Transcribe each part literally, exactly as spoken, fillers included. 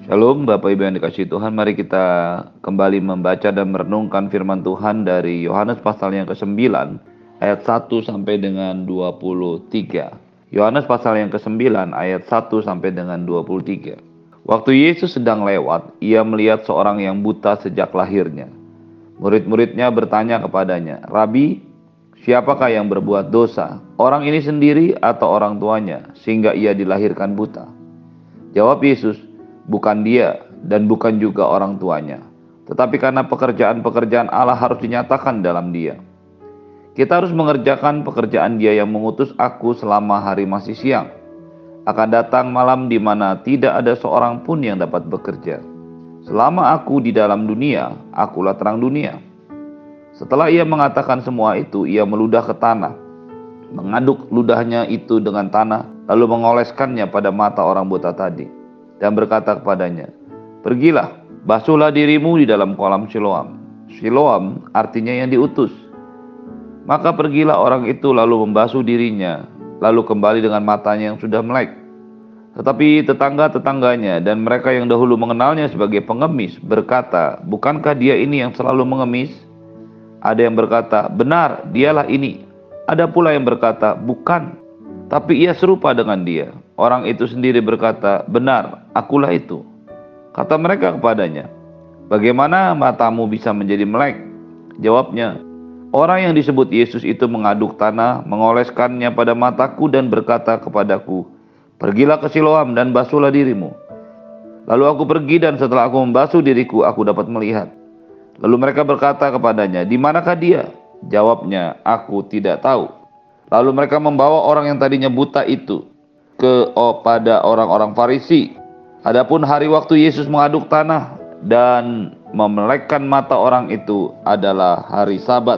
Shalom Bapak Ibu yang dikasihi Tuhan, mari kita kembali membaca dan merenungkan firman Tuhan dari Yohanes pasal yang kesembilan ayat satu sampai dengan dua puluh tiga. Yohanes pasal yang kesembilan ayat satu sampai dengan dua puluh tiga. Waktu Yesus sedang lewat, ia melihat seorang yang buta sejak lahirnya. Murid-muridnya bertanya kepadanya, "Rabi, siapakah yang berbuat dosa, orang ini sendiri atau orang tuanya, sehingga ia dilahirkan buta?" Jawab Yesus, "Bukan dia dan bukan juga orang tuanya, tetapi karena pekerjaan-pekerjaan Allah harus dinyatakan dalam dia. Kita harus mengerjakan pekerjaan Dia yang mengutus aku selama hari masih siang. Akan datang malam di mana tidak ada seorang pun yang dapat bekerja. Selama aku di dalam dunia, akulah terang dunia." Setelah ia mengatakan semua itu, ia meludah ke tanah, mengaduk ludahnya itu dengan tanah, lalu mengoleskannya pada mata orang buta tadi, dan berkata kepadanya, "Pergilah, basuhlah dirimu di dalam kolam Siloam." Siloam artinya yang diutus. Maka pergilah orang itu lalu membasuh dirinya, lalu kembali dengan matanya yang sudah melek. Tetapi tetangga-tetangganya dan mereka yang dahulu mengenalnya sebagai pengemis berkata, "Bukankah dia ini yang selalu mengemis?" Ada yang berkata, "Benar, dialah ini." Ada pula yang berkata, "Bukan, tapi ia serupa dengan dia." Orang itu sendiri berkata, "Benar, akulah itu." Kata mereka kepadanya, "Bagaimana matamu bisa menjadi melek?" Jawabnya, "Orang yang disebut Yesus itu mengaduk tanah, mengoleskannya pada mataku dan berkata kepadaku, 'Pergilah ke Siloam dan basuhlah dirimu.' Lalu aku pergi dan setelah aku membasuh diriku, aku dapat melihat." Lalu mereka berkata kepadanya, "Di manakah dia?" Jawabnya, "Aku tidak tahu." Lalu mereka membawa orang yang tadinya buta itu ke pada orang-orang Farisi. Adapun hari waktu Yesus mengaduk tanah dan memelekkan mata orang itu adalah hari Sabat.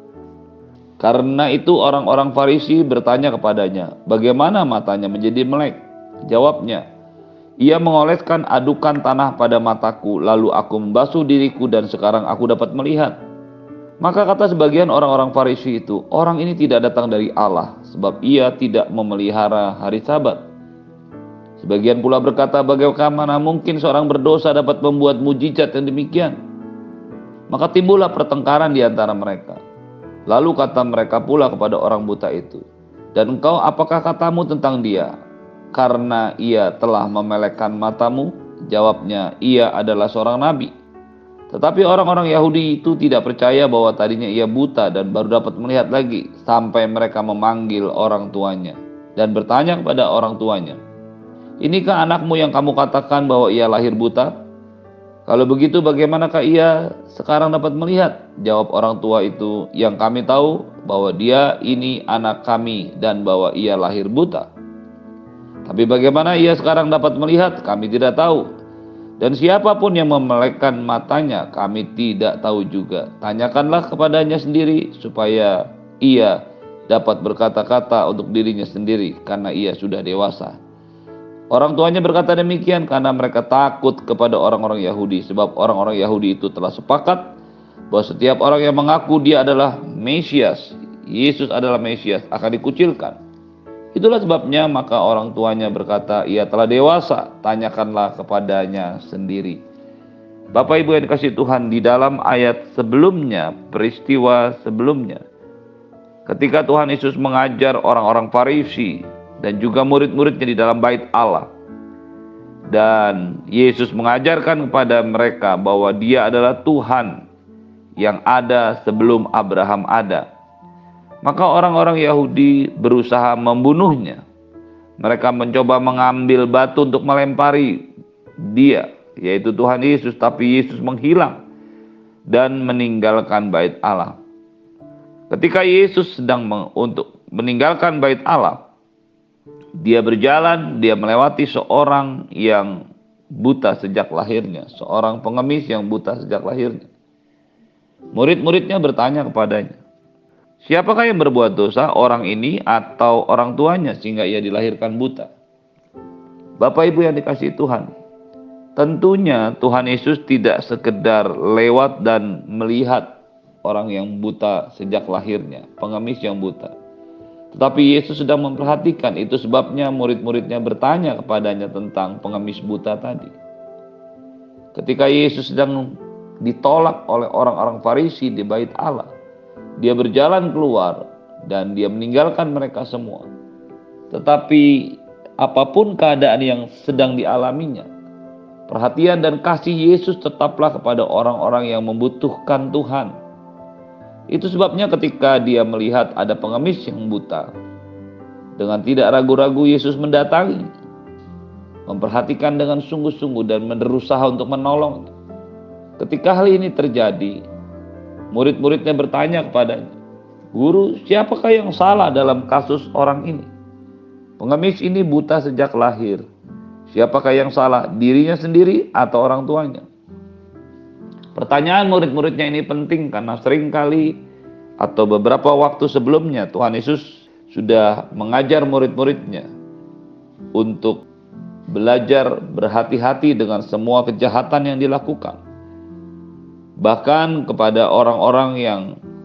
Karena itu orang-orang Farisi bertanya kepadanya, "Bagaimana matanya menjadi melek?" Jawabnya, "Ia mengoleskan adukan tanah pada mataku, lalu aku membasuh diriku dan sekarang aku dapat melihat." Maka kata sebagian orang-orang Farisi itu, "Orang ini tidak datang dari Allah, sebab ia tidak memelihara hari Sabat." Sebagian pula berkata, "Bagaimana mungkin seorang berdosa dapat membuat mujizat yang demikian?" Maka timbullah pertengkaran di antara mereka. Lalu kata mereka pula kepada orang buta itu, "Dan engkau apakah katamu tentang dia? Karena ia telah memelekkan matamu?" Jawabnya, "Ia adalah seorang nabi." Tetapi orang-orang Yahudi itu tidak percaya bahwa tadinya ia buta dan baru dapat melihat lagi, sampai mereka memanggil orang tuanya dan bertanya kepada orang tuanya, "Inikah anakmu yang kamu katakan bahwa ia lahir buta? Kalau begitu bagaimanakah ia sekarang dapat melihat?" Jawab orang tua itu, "Yang kami tahu bahwa dia ini anak kami dan bahwa ia lahir buta. Tapi bagaimana ia sekarang dapat melihat, kami tidak tahu. Dan siapapun yang memelekkan matanya, kami tidak tahu juga. Tanyakanlah kepadanya sendiri, supaya ia dapat berkata-kata untuk dirinya sendiri, karena ia sudah dewasa." Orang tuanya berkata demikian karena mereka takut kepada orang-orang Yahudi, sebab orang-orang Yahudi itu telah sepakat bahwa setiap orang yang mengaku dia adalah Mesias, Yesus adalah Mesias, akan dikucilkan. Itulah sebabnya maka orang tuanya berkata, "Ia telah dewasa, tanyakanlah kepadanya sendiri." Bapak Ibu yang dikasihi Tuhan, di dalam ayat sebelumnya, peristiwa sebelumnya, ketika Tuhan Yesus mengajar orang-orang Farisi dan juga murid-muridnya di dalam bait Allah, dan Yesus mengajarkan kepada mereka bahwa Dia adalah Tuhan yang ada sebelum Abraham ada, maka orang-orang Yahudi berusaha membunuhnya. Mereka mencoba mengambil batu untuk melempari Dia, yaitu Tuhan Yesus, tapi Yesus menghilang dan meninggalkan bait Allah. Ketika Yesus sedang untuk meninggalkan bait Allah, Dia berjalan, dia melewati seorang yang buta sejak lahirnya, seorang pengemis yang buta sejak lahirnya. Murid-muridnya bertanya kepadanya, "Siapakah yang berbuat dosa, orang ini atau orang tuanya, sehingga ia dilahirkan buta?" Bapak Ibu yang dikasihi Tuhan, tentunya Tuhan Yesus tidak sekedar lewat dan melihat orang yang buta sejak lahirnya, pengemis yang buta. Tetapi Yesus sedang memperhatikan, itu sebabnya murid-muridnya bertanya kepadanya tentang pengemis buta tadi. Ketika Yesus sedang ditolak oleh orang-orang Farisi di bait Allah, dia berjalan keluar dan dia meninggalkan mereka semua. Tetapi apapun keadaan yang sedang dialaminya, perhatian dan kasih Yesus tetaplah kepada orang-orang yang membutuhkan Tuhan. Itu sebabnya ketika dia melihat ada pengemis yang buta, dengan tidak ragu-ragu Yesus mendatangi, memperhatikan dengan sungguh-sungguh dan berusaha untuk menolongnya. Ketika hal ini terjadi, murid-muridnya bertanya kepadanya, "Guru, siapakah yang salah dalam kasus orang ini? Pengemis ini buta sejak lahir. Siapakah yang salah, dirinya sendiri atau orang tuanya?" Pertanyaan murid-muridnya ini penting karena seringkali atau beberapa waktu sebelumnya Tuhan Yesus sudah mengajar murid-muridnya untuk belajar berhati-hati dengan semua kejahatan yang dilakukan. Bahkan kepada orang-orang yang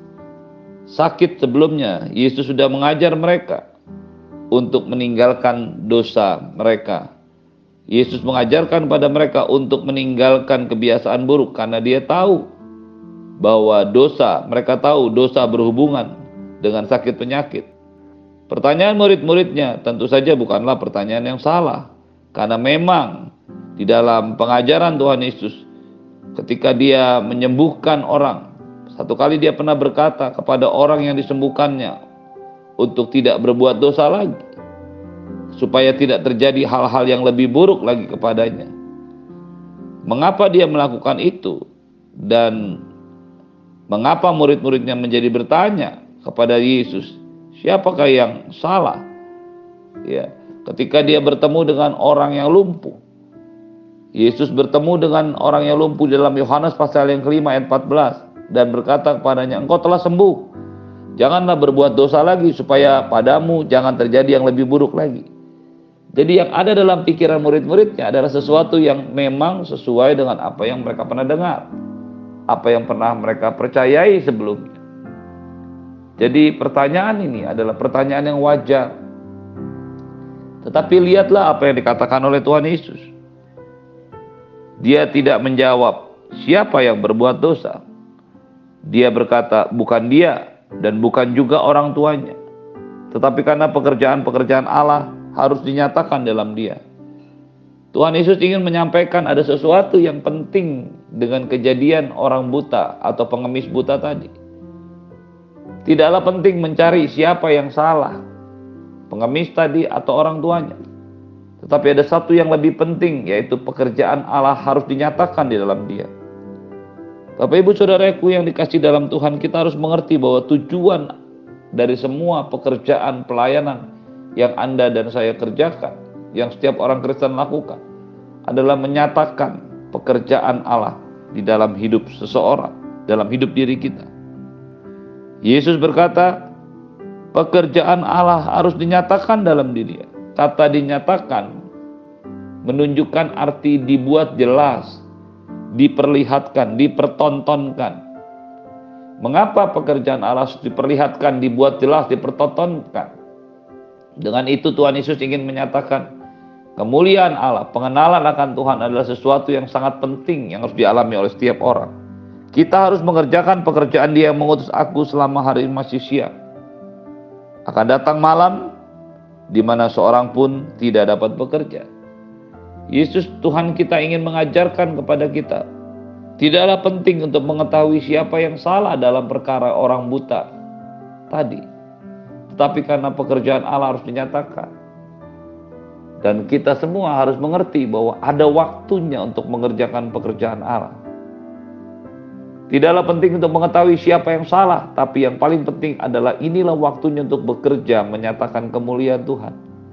sakit sebelumnya, Yesus sudah mengajar mereka untuk meninggalkan dosa mereka. Yesus mengajarkan pada mereka untuk meninggalkan kebiasaan buruk karena dia tahu bahwa dosa, mereka tahu dosa berhubungan dengan sakit penyakit. Pertanyaan murid-muridnya tentu saja bukanlah pertanyaan yang salah, karena memang di dalam pengajaran Tuhan Yesus ketika dia menyembuhkan orang, satu kali dia pernah berkata kepada orang yang disembuhkannya untuk tidak berbuat dosa lagi, supaya tidak terjadi hal-hal yang lebih buruk lagi kepadanya. Mengapa dia melakukan itu? Dan mengapa murid-muridnya menjadi bertanya kepada Yesus, siapakah yang salah? Ya, ketika dia bertemu dengan orang yang lumpuh, Yesus bertemu dengan orang yang lumpuh dalam Yohanes pasal yang kelima ayat empat belas dan berkata kepadanya, "Engkau telah sembuh. Janganlah berbuat dosa lagi supaya padamu jangan terjadi yang lebih buruk lagi." Jadi yang ada dalam pikiran murid-muridnya adalah sesuatu yang memang sesuai dengan apa yang mereka pernah dengar, apa yang pernah mereka percayai sebelumnya. Jadi pertanyaan ini adalah pertanyaan yang wajar. Tetapi lihatlah apa yang dikatakan oleh Tuhan Yesus. Dia tidak menjawab siapa yang berbuat dosa. Dia berkata bukan dia dan bukan juga orang tuanya, tetapi karena pekerjaan-pekerjaan Allah harus dinyatakan dalam dia. Tuhan Yesus ingin menyampaikan ada sesuatu yang penting dengan kejadian orang buta atau pengemis buta tadi. Tidaklah penting mencari siapa yang salah, pengemis tadi atau orang tuanya. Tetapi ada satu yang lebih penting, yaitu pekerjaan Allah harus dinyatakan di dalam dia. Bapak Ibu Saudaraku yang dikasih dalam Tuhan, kita harus mengerti bahwa tujuan dari semua pekerjaan pelayanan yang Anda dan saya kerjakan, yang setiap orang Kristen lakukan, adalah menyatakan pekerjaan Allah di dalam hidup seseorang, dalam hidup diri kita. Yesus berkata, pekerjaan Allah harus dinyatakan dalam diri. Kata dinyatakan menunjukkan arti dibuat jelas, diperlihatkan, dipertontonkan. Mengapa pekerjaan Allah harus diperlihatkan, dibuat jelas, dipertontonkan? Dengan itu Tuhan Yesus ingin menyatakan kemuliaan Allah, pengenalan akan Tuhan adalah sesuatu yang sangat penting yang harus dialami oleh setiap orang. Kita harus mengerjakan pekerjaan Dia yang mengutus aku selama hari masih siang. Akan datang malam di mana seorang pun tidak dapat bekerja. Yesus Tuhan kita ingin mengajarkan kepada kita, tidaklah penting untuk mengetahui siapa yang salah dalam perkara orang buta tadi, tetapi karena pekerjaan Allah harus dinyatakan. Dan kita semua harus mengerti bahwa ada waktunya untuk mengerjakan pekerjaan Allah. Tidaklah penting untuk mengetahui siapa yang salah, tapi yang paling penting adalah inilah waktunya untuk bekerja menyatakan kemuliaan Tuhan.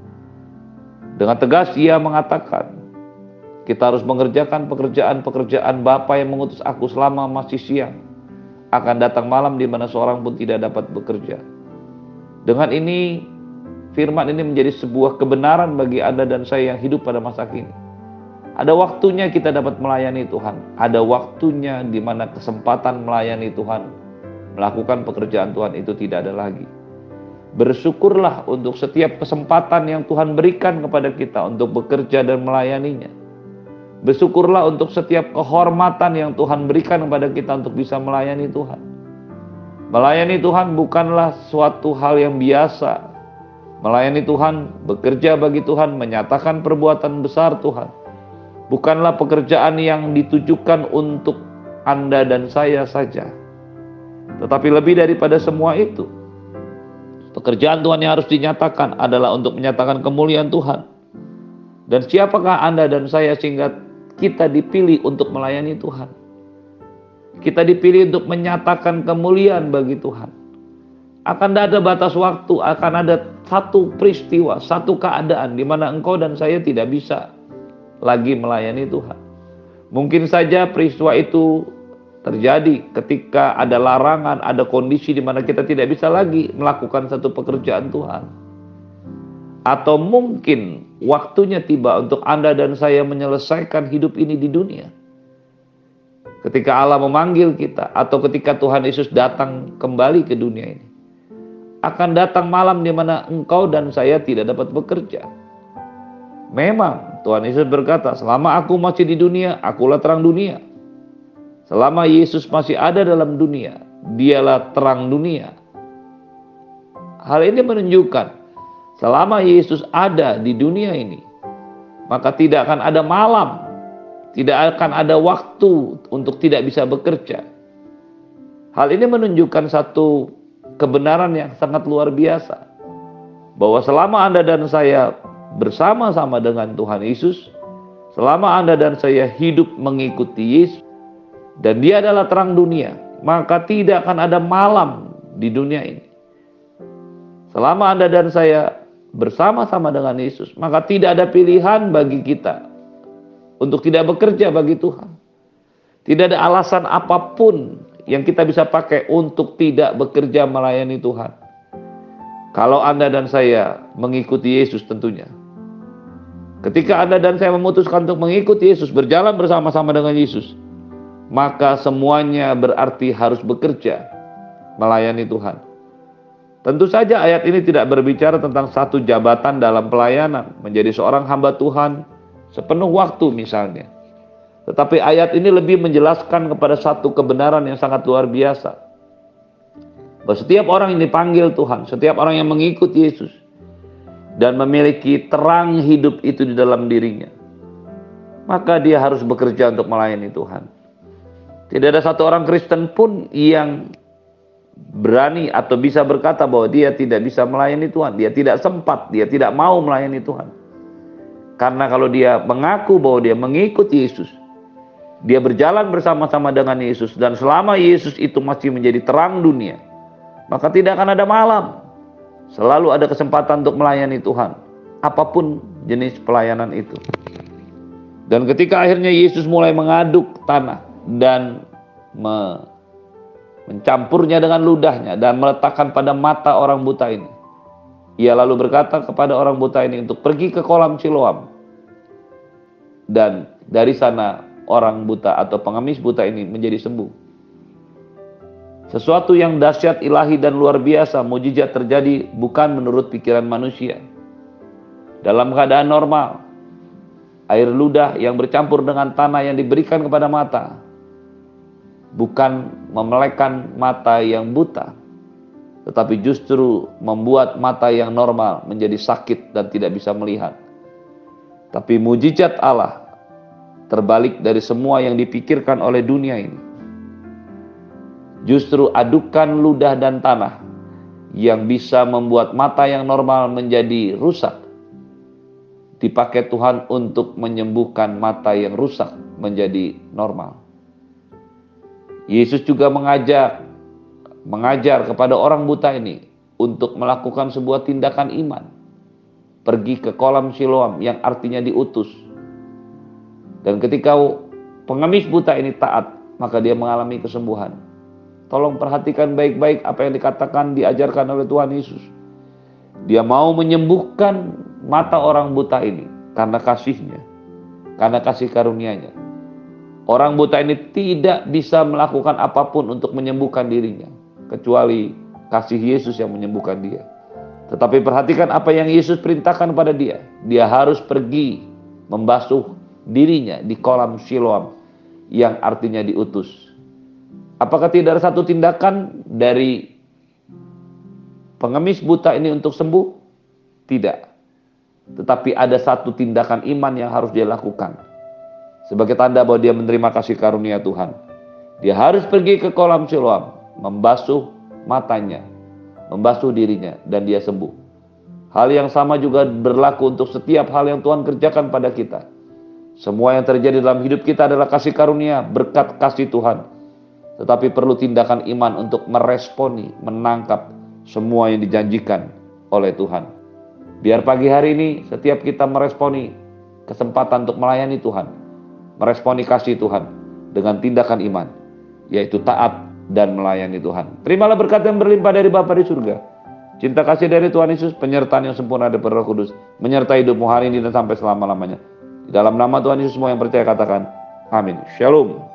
Dengan tegas Ia mengatakan, kita harus mengerjakan pekerjaan-pekerjaan Bapa yang mengutus aku selama masih siang. Akan datang malam di mana seorang pun tidak dapat bekerja. Dengan ini, firman ini menjadi sebuah kebenaran bagi Anda dan saya yang hidup pada masa kini. Ada waktunya kita dapat melayani Tuhan. Ada waktunya di mana kesempatan melayani Tuhan, melakukan pekerjaan Tuhan itu tidak ada lagi. Bersyukurlah untuk setiap kesempatan yang Tuhan berikan kepada kita untuk bekerja dan melayaninya. Bersyukurlah untuk setiap kehormatan yang Tuhan berikan kepada kita untuk bisa melayani Tuhan. Melayani Tuhan bukanlah suatu hal yang biasa. Melayani Tuhan, bekerja bagi Tuhan, menyatakan perbuatan besar Tuhan, bukanlah pekerjaan yang ditujukan untuk Anda dan saya saja. Tetapi lebih daripada semua itu, pekerjaan Tuhan yang harus dinyatakan adalah untuk menyatakan kemuliaan Tuhan. Dan siapakah Anda dan saya sehingga kita dipilih untuk melayani Tuhan? Kita dipilih untuk menyatakan kemuliaan bagi Tuhan. Akan ada batas waktu, akan ada satu peristiwa, satu keadaan di mana engkau dan saya tidak bisa lagi melayani Tuhan. Mungkin saja peristiwa itu terjadi ketika ada larangan, ada kondisi di mana kita tidak bisa lagi melakukan satu pekerjaan Tuhan. Atau mungkin waktunya tiba untuk Anda dan saya menyelesaikan hidup ini di dunia. Ketika Allah memanggil kita, atau ketika Tuhan Yesus datang kembali ke dunia ini, akan datang malam di mana engkau dan saya tidak dapat bekerja. Memang Tuhan Yesus berkata, selama aku masih di dunia, akulah terang dunia. Selama Yesus masih ada dalam dunia, dialah terang dunia. Hal ini menunjukkan selama Yesus ada di dunia ini, maka tidak akan ada malam, tidak akan ada waktu untuk tidak bisa bekerja. Hal ini menunjukkan satu kebenaran yang sangat luar biasa, bahwa selama Anda dan saya bersama-sama dengan Tuhan Yesus, selama Anda dan saya hidup mengikuti Yesus, dan Dia adalah terang dunia, maka tidak akan ada malam di dunia ini. Selama Anda dan saya bersama-sama dengan Yesus, maka tidak ada pilihan bagi kita untuk tidak bekerja bagi Tuhan. Tidak ada alasan apapun yang kita bisa pakai untuk tidak bekerja melayani Tuhan. Kalau Anda dan saya mengikuti Yesus tentunya. Ketika Anda dan saya memutuskan untuk mengikuti Yesus, berjalan bersama-sama dengan Yesus, maka semuanya berarti harus bekerja melayani Tuhan. Tentu saja ayat ini tidak berbicara tentang satu jabatan dalam pelayanan, menjadi seorang hamba Tuhan sepenuh waktu misalnya. Tetapi ayat ini lebih menjelaskan kepada satu kebenaran yang sangat luar biasa. Bahwa setiap orang yang dipanggil Tuhan, setiap orang yang mengikuti Yesus, dan memiliki terang hidup itu di dalam dirinya, maka dia harus bekerja untuk melayani Tuhan. Tidak ada satu orang Kristen pun yang berani atau bisa berkata bahwa dia tidak bisa melayani Tuhan, dia tidak sempat, dia tidak mau melayani Tuhan. Karena kalau dia mengaku bahwa dia mengikuti Yesus, dia berjalan bersama-sama dengan Yesus, dan selama Yesus itu masih menjadi terang dunia, maka tidak akan ada malam. Selalu ada kesempatan untuk melayani Tuhan, apapun jenis pelayanan itu. Dan ketika akhirnya Yesus mulai mengaduk tanah dan me mencampurnya dengan ludahnya dan meletakkan pada mata orang buta ini, ia lalu berkata kepada orang buta ini untuk pergi ke kolam Siloam. Dan dari sana orang buta atau pengemis buta ini menjadi sembuh. Sesuatu yang dahsyat ilahi dan luar biasa, mujizat terjadi bukan menurut pikiran manusia. Dalam keadaan normal, air ludah yang bercampur dengan tanah yang diberikan kepada mata bukan memelekkan mata yang buta, tetapi justru membuat mata yang normal menjadi sakit dan tidak bisa melihat. Tapi mujizat Allah terbalik dari semua yang dipikirkan oleh dunia ini. Justru adukan ludah dan tanah yang bisa membuat mata yang normal menjadi rusak, dipakai Tuhan untuk menyembuhkan mata yang rusak menjadi normal. Yesus juga mengajak, mengajar kepada orang buta ini untuk melakukan sebuah tindakan iman. Pergi ke kolam Siloam yang artinya diutus. Dan ketika pengemis buta ini taat, maka dia mengalami kesembuhan. Tolong perhatikan baik-baik apa yang dikatakan, diajarkan oleh Tuhan Yesus. Dia mau menyembuhkan mata orang buta ini karena kasihnya, karena kasih karunia-Nya. Orang buta ini tidak bisa melakukan apapun untuk menyembuhkan dirinya, kecuali kasih Yesus yang menyembuhkan dia. Tetapi perhatikan apa yang Yesus perintahkan kepada dia. Dia harus pergi membasuh dirinya di kolam Siloam yang artinya diutus. Apakah tidak ada satu tindakan dari pengemis buta ini untuk sembuh? Tidak. Tetapi ada satu tindakan iman yang harus dia lakukan. Sebagai tanda bahwa dia menerima kasih karunia Tuhan. Dia harus pergi ke kolam Siloam, membasuh matanya, membasuh dirinya, dan dia sembuh. Hal yang sama juga berlaku untuk setiap hal yang Tuhan kerjakan pada kita. Semua yang terjadi dalam hidup kita adalah kasih karunia, berkat kasih Tuhan. Tetapi perlu tindakan iman untuk meresponi, menangkap semua yang dijanjikan oleh Tuhan. Biar pagi hari ini setiap kita meresponi kesempatan untuk melayani Tuhan, meresponi kasih Tuhan dengan tindakan iman, yaitu taat dan melayani Tuhan. Terimalah berkat yang berlimpah dari Bapa di surga, cinta kasih dari Tuhan Yesus, penyertaan yang sempurna dari Roh Kudus, menyertai hidupmu hari ini dan sampai selama-lamanya. Di dalam nama Tuhan Yesus semua yang percaya katakan, amin. Shalom.